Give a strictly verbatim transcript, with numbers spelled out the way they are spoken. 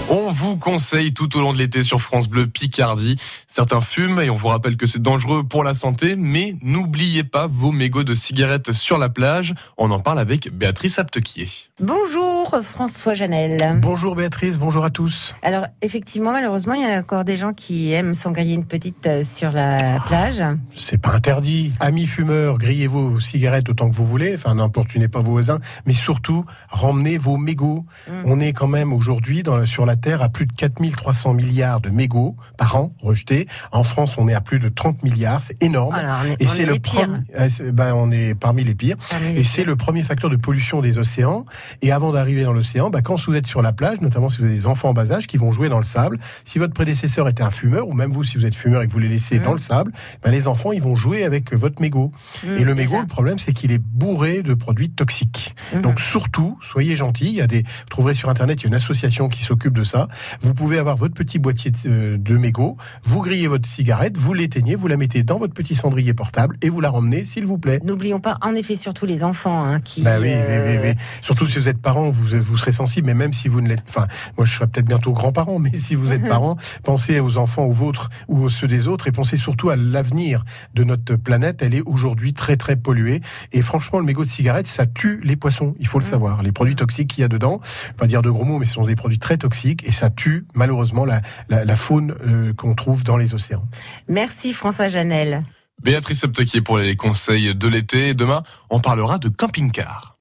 On vous conseille tout au long de l'été sur France Bleu Picardie. Certains fument et on vous rappelle que c'est dangereux pour la santé, mais n'oubliez pas vos mégots de cigarettes sur la plage. On en parle avec Béatrice Aptequier. Bonjour François Janel. Bonjour Béatrice, bonjour à tous. Alors effectivement, malheureusement, il y a encore des gens qui aiment s'engrailler une petite sur la plage. C'est pas interdit. Amis fumeurs, grillez vos cigarettes autant que vous voulez, enfin n'importunez pas vos voisins, mais surtout ramenez vos mégots. Mmh. On est quand même aujourd'hui dans, sur la Terre à plus de quatre mille trois cents milliards de mégots par an rejetés. En France, on est à plus de trente milliards, c'est énorme. Alors, on est, et on c'est est le les premier, ben, on est parmi les pires. Parmi les et pires. c'est le premier facteur de pollution des océans. Et avant d'arriver dans l'océan, ben, quand vous êtes sur la plage, notamment si vous avez des enfants en bas âge qui vont jouer dans le sable, si votre prédécesseur était un fumeur, ou même vous, si vous êtes fumeur et que vous les laissez mmh. dans le sable, ben, les enfants, ils vont jouer avec votre mégot. Mmh, et le mégot, le problème, c'est qu'il est bourré de produits toxiques. Mmh. Donc surtout, soyez gentils. Il y a des, vous trouverez sur Internet, il y a une association qui s'occupe de ça. Vous pouvez avoir votre petit boîtier de, de mégot, vous grillez votre cigarette, vous l'éteignez, vous la mettez dans votre petit cendrier portable et vous la ramenez, s'il vous plaît. N'oublions pas, en effet, surtout les enfants hein, qui... Bah oui, euh... oui, oui, oui. Surtout si vous êtes parent, vous, vous serez sensible, mais même si vous ne l'êtes... Enfin, moi, je serai peut-être bientôt grand-parent, mais si vous êtes parent, pensez aux enfants, aux vôtres ou aux ceux des autres et pensez surtout à l'avenir de notre planète. Elle est aujourd'hui très, très polluée. Et franchement, le mégot de cigarette, ça tue les poissons, il faut le savoir. Les produits toxiques qu'il y a dedans, pas dire de gros mots, mais ce sont des produits très toxiques et ça tue malheureusement la, la, la faune euh, qu'on trouve dans les océans. Merci François Janel. Béatrice Aptequier pour les conseils de l'été. Demain, on parlera de camping-car.